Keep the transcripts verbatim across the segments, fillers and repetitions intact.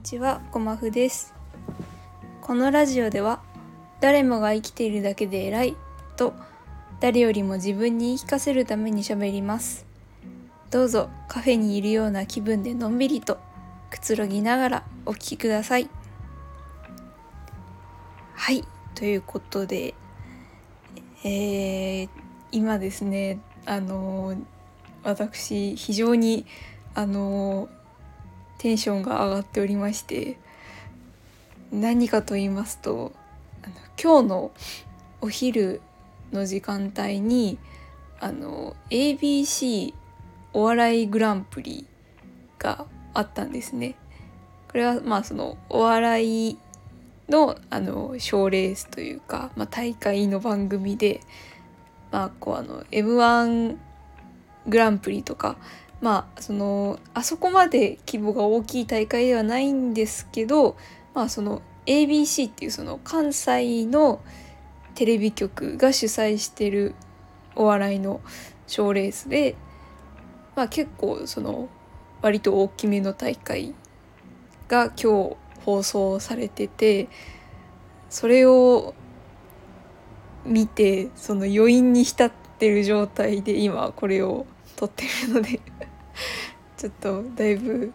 ちは、ごまふです。このラジオでは誰もが生きているだけで偉いと誰よりも自分に言い聞かせるために喋ります。どうぞカフェにいるような気分でのんびりとくつろぎながらお聞きください。はい、ということで、えー、今ですね、あの私非常にあのテンションが上がっておりまして、何かと言いますと、あの今日のお昼の時間帯にあの エービーシー お笑いグランプリがあったんですね。これはまあそのお笑いのあの賞レースというか、まあ、大会の番組で、まあこうあの エムワン グランプリとか、まあそのあそこまで規模が大きい大会ではないんですけど、まあその エービーシー っていうその関西のテレビ局が主催してるお笑いの賞レースで、まあ結構その割と大きめの大会が今日放送されてて、それを見てその余韻に浸ってる状態で今これを撮ってるのでちょっとだいぶ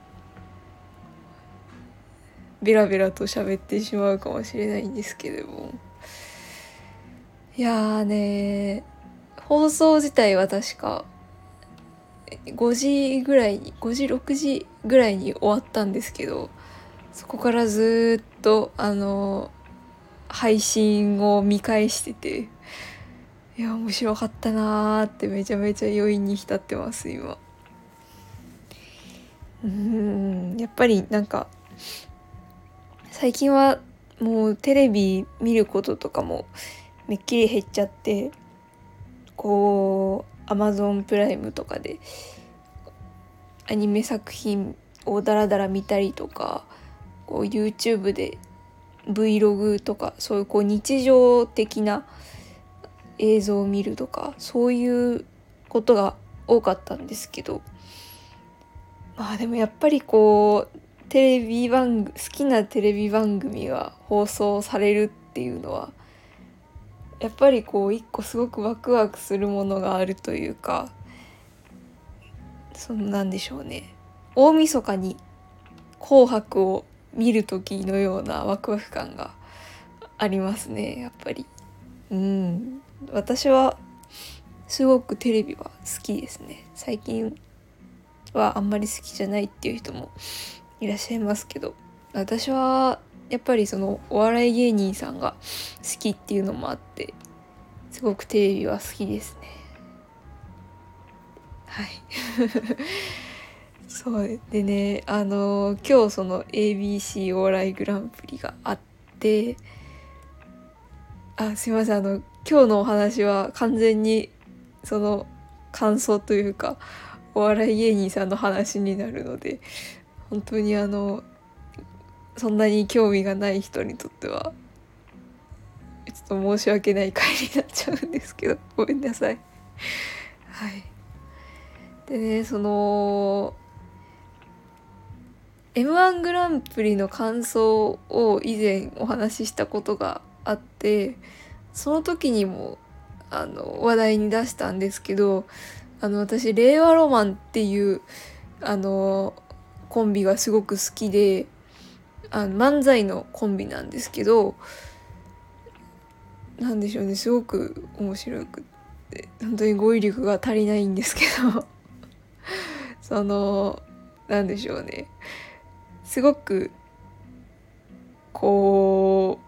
ベラベラと喋ってしまうかもしれないんですけれども、いやーね、放送自体は確かごじぐらいにごじろくじぐらいに終わったんですけど、そこからずっとあの配信を見返してて、いや面白かったなーってめちゃめちゃ余韻に浸ってます今。うーんやっぱりなんか最近はもうテレビ見ることとかもめっきり減っちゃって、こう Amazon プライムとかでアニメ作品をダラダラ見たりとか、こう YouTube で Vlog とかそういうこう日常的な映像を見るとか、そういうことが多かったんですけど、まあでもやっぱりこうテレビ番組好きなテレビ番組が放送されるっていうのはやっぱりこう一個すごくワクワクするものがあるというか、そのなんでしょうね、大晦日に紅白を見る時のようなワクワク感がありますね、やっぱり。うん私はすごくテレビは好きですね。最近はあんまり好きじゃないっていう人もいらっしゃいますけど、私はやっぱりそのお笑い芸人さんが好きっていうのもあってすごくテレビは好きですね。はいそうでね、あの今日その エービーシー お笑いグランプリがあって、あすいません、あの今日のお話は完全にその感想というかお笑い芸人さんの話になるので、本当にあのそんなに興味がない人にとってはちょっと申し訳ない回になっちゃうんですけど、ごめんなさい。はいでね、その エムワン グランプリの感想を以前お話ししたことがあって、その時にもあの話題に出したんですけど、あの私令和ロマンっていうあのコンビがすごく好きで、あの漫才のコンビなんですけど、なんでしょうね、すごく面白くって本当に語彙力が足りないんですけどそのなんでしょうね、すごくこ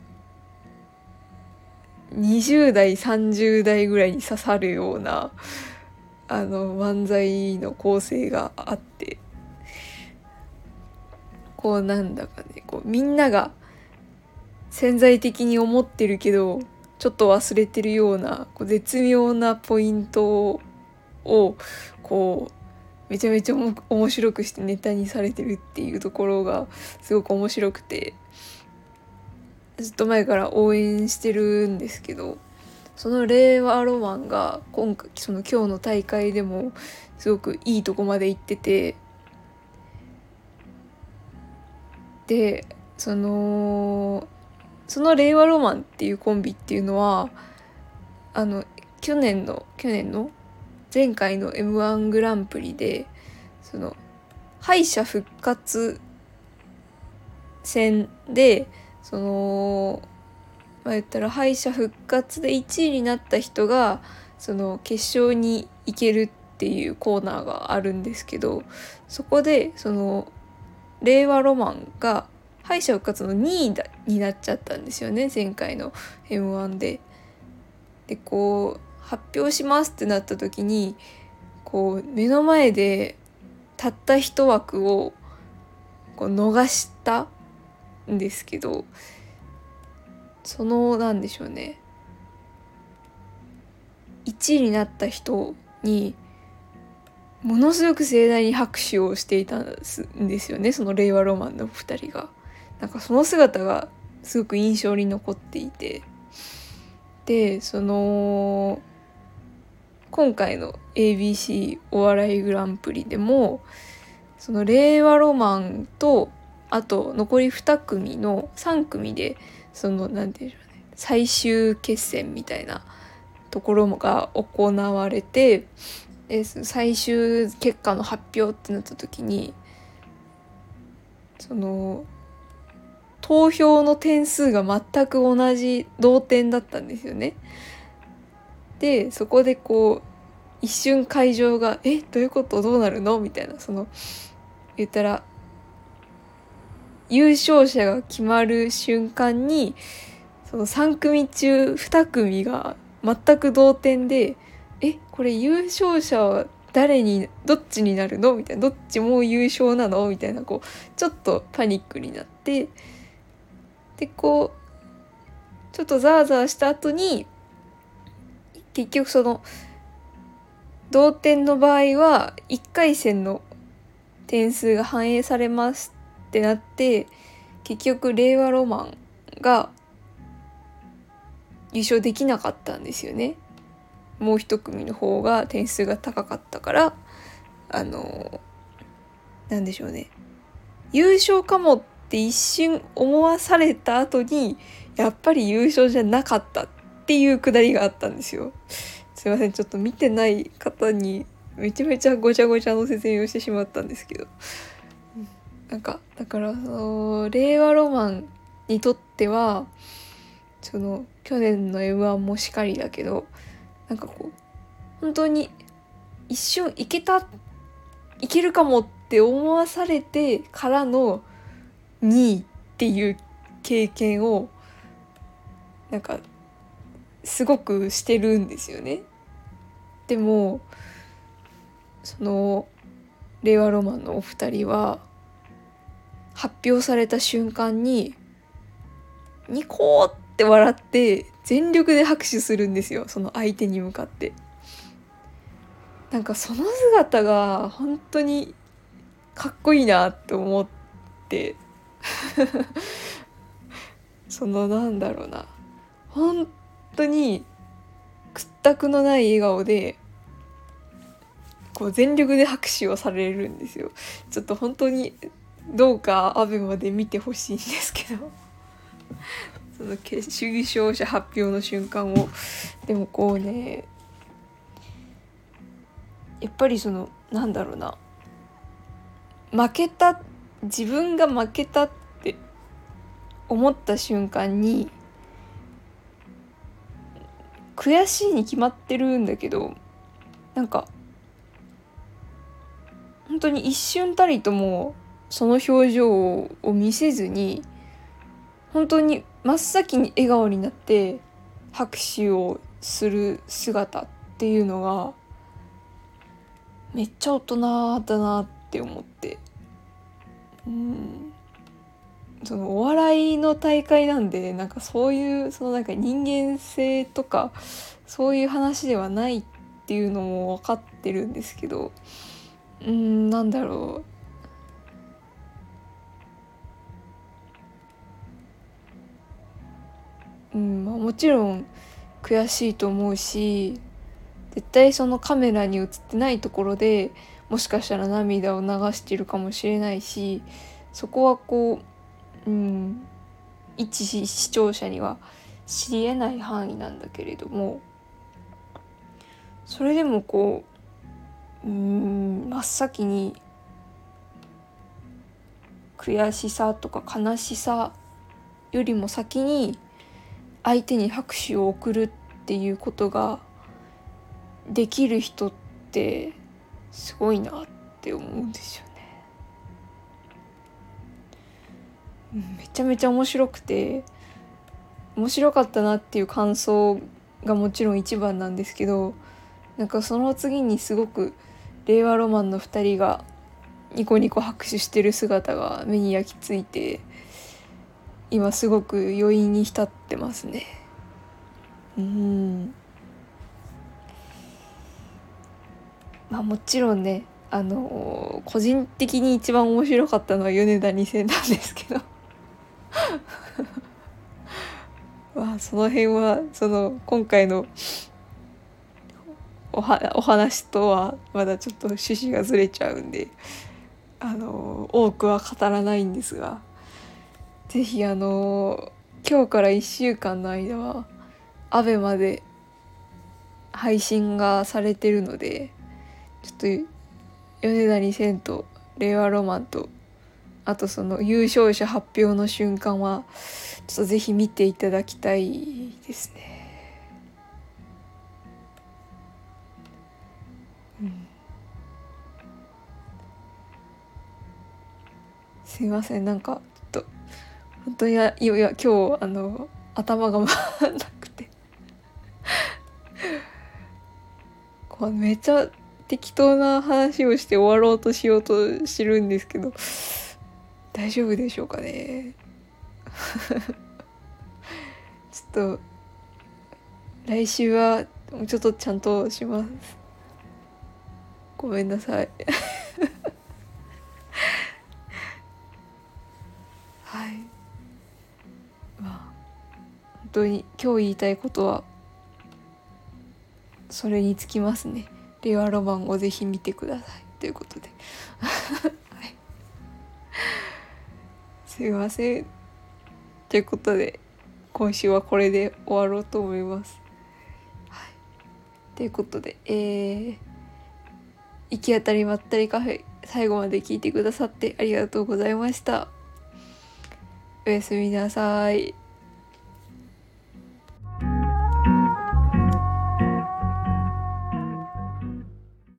うにじゅう代さんじゅう代ぐらいに刺さるようなあの漫才の構成があって、こうなんだかね、こうみんなが潜在的に思ってるけどちょっと忘れてるようなこう絶妙なポイントをこうめちゃめちゃ面白くしてネタにされてるっていうところがすごく面白くて、ずっと前から応援してるんですけど、その令和ロマンが今回その今日の大会でもすごくいいとこまで行ってて、 でそのその令和ロマンっていうコンビっていうのはあの去年の去年の前回の エムワン グランプリでその敗者復活戦でそのまあ言ったら敗者復活でいちいになった人がその決勝に行けるっていうコーナーがあるんですけど、そこでその令和ロマンが敗者復活のにいになっちゃったんですよね、前回の エムワン で。でこう発表しますってなった時にこう目の前でたった一枠をこう逃したんですけど、そのなんでしょうね、いちいになった人にものすごく盛大に拍手をしていたんですよね、その令和ロマンのふたりが。なんかその姿がすごく印象に残っていて、でその今回の エービーシー お笑いグランプリでもその令和ロマンとあと残りに組のさん組でそのなんていうんでしょうね、最終決戦みたいなところが行われて、で最終結果の発表ってなった時にその投票の点数が全く同じ同点だったんですよね。でそこでこう一瞬会場がえどういうことどうなるのみたいな、その言ったら優勝者が決まる瞬間にそのさん組中に組が全く同点で、えこれ優勝者は誰にどっちになるのみたいな、どっちも優勝なのみたいな、こうちょっとパニックになって、でこうちょっとザーザーした後に結局その同点の場合はいっかい戦の点数が反映されますってなって、結局令和ロマンが優勝できなかったんですよね。もう一組の方が点数が高かったから、あのなんでしょうね、優勝かもって一瞬思わされた後にやっぱり優勝じゃなかったっていうくだりがあったんですよ。すいません、ちょっと見てない方にめちゃめちゃごちゃごちゃの説明をしてしまったんですけど、なんかだからその令和ロマンにとってはその去年の エムワン もしかりだけど、なんかこう本当に一瞬いけたいけるかもって思わされてからのにいっていう経験をなんかすごくしてるんですよね。でもその令和ロマンのお二人は発表された瞬間にニコーって笑って全力で拍手するんですよ、その相手に向かって。なんかその姿が本当にかっこいいなって思ってそのなんだろうな、本当に屈託のない笑顔でこう全力で拍手をされるんですよ。ちょっと本当にどうかアベマで見てほしいんですけどその優勝者発表の瞬間を。でもこうね、やっぱりそのなんだろうな、負けた自分が負けたって思った瞬間に悔しいに決まってるんだけど、なんか本当に一瞬たりともその表情を見せずに本当に真っ先に笑顔になって拍手をする姿っていうのがめっちゃ大人だなって思って、うん、そのお笑いの大会なんでなんかそういうそのなんか人間性とかそういう話ではないっていうのも分かってるんですけど、うんなんだろう、うんまあ、もちろん悔しいと思うし、絶対そのカメラに映ってないところでもしかしたら涙を流しているかもしれないし、そこはこうん一視聴者には知り得ない範囲なんだけれども、それでもこううーん真っ先に悔しさとか悲しさよりも先に相手に拍手を送るっていうことができる人ってすごいなって思うんですよね。うん、めちゃめちゃ面白くて面白かったなっていう感想がもちろん一番なんですけど、なんかその次にすごく令和ロマンのふたりがニコニコ拍手してる姿が目に焼き付いて、今すごく余韻に浸ってますね。うんまあもちろんね、あのー個人的に一番面白かったのは米田にせんなんですけどまあその辺はその今回のおはお話とはまだちょっと趣旨がずれちゃうんで、あの多くは語らないんですが、ぜひあの今日からいっしゅうかんの間はアベマで配信がされてるので、ちょっと米田にせんと令和ロマンと、あとその優勝者発表の瞬間はちょっとぜひ見ていただきたいですね。うん、すいません、なんかちょっと本当にいやいや今日あの頭が回らなくてこうめっちゃ適当な話をして終わろうとしようとしてるんですけど、大丈夫でしょうかねちょっと来週はもうちょっとちゃんとします。ごめんなさいはい、まあ本当に今日言いたいことはそれにつきますね。令和ロマンをぜひ見てくださいということではい、すいません。ということで今週はこれで終わろうと思います。はい、ということで、えー、行き当たりまったりカフェ最後まで聞いてくださってありがとうございました。おやすみなさい。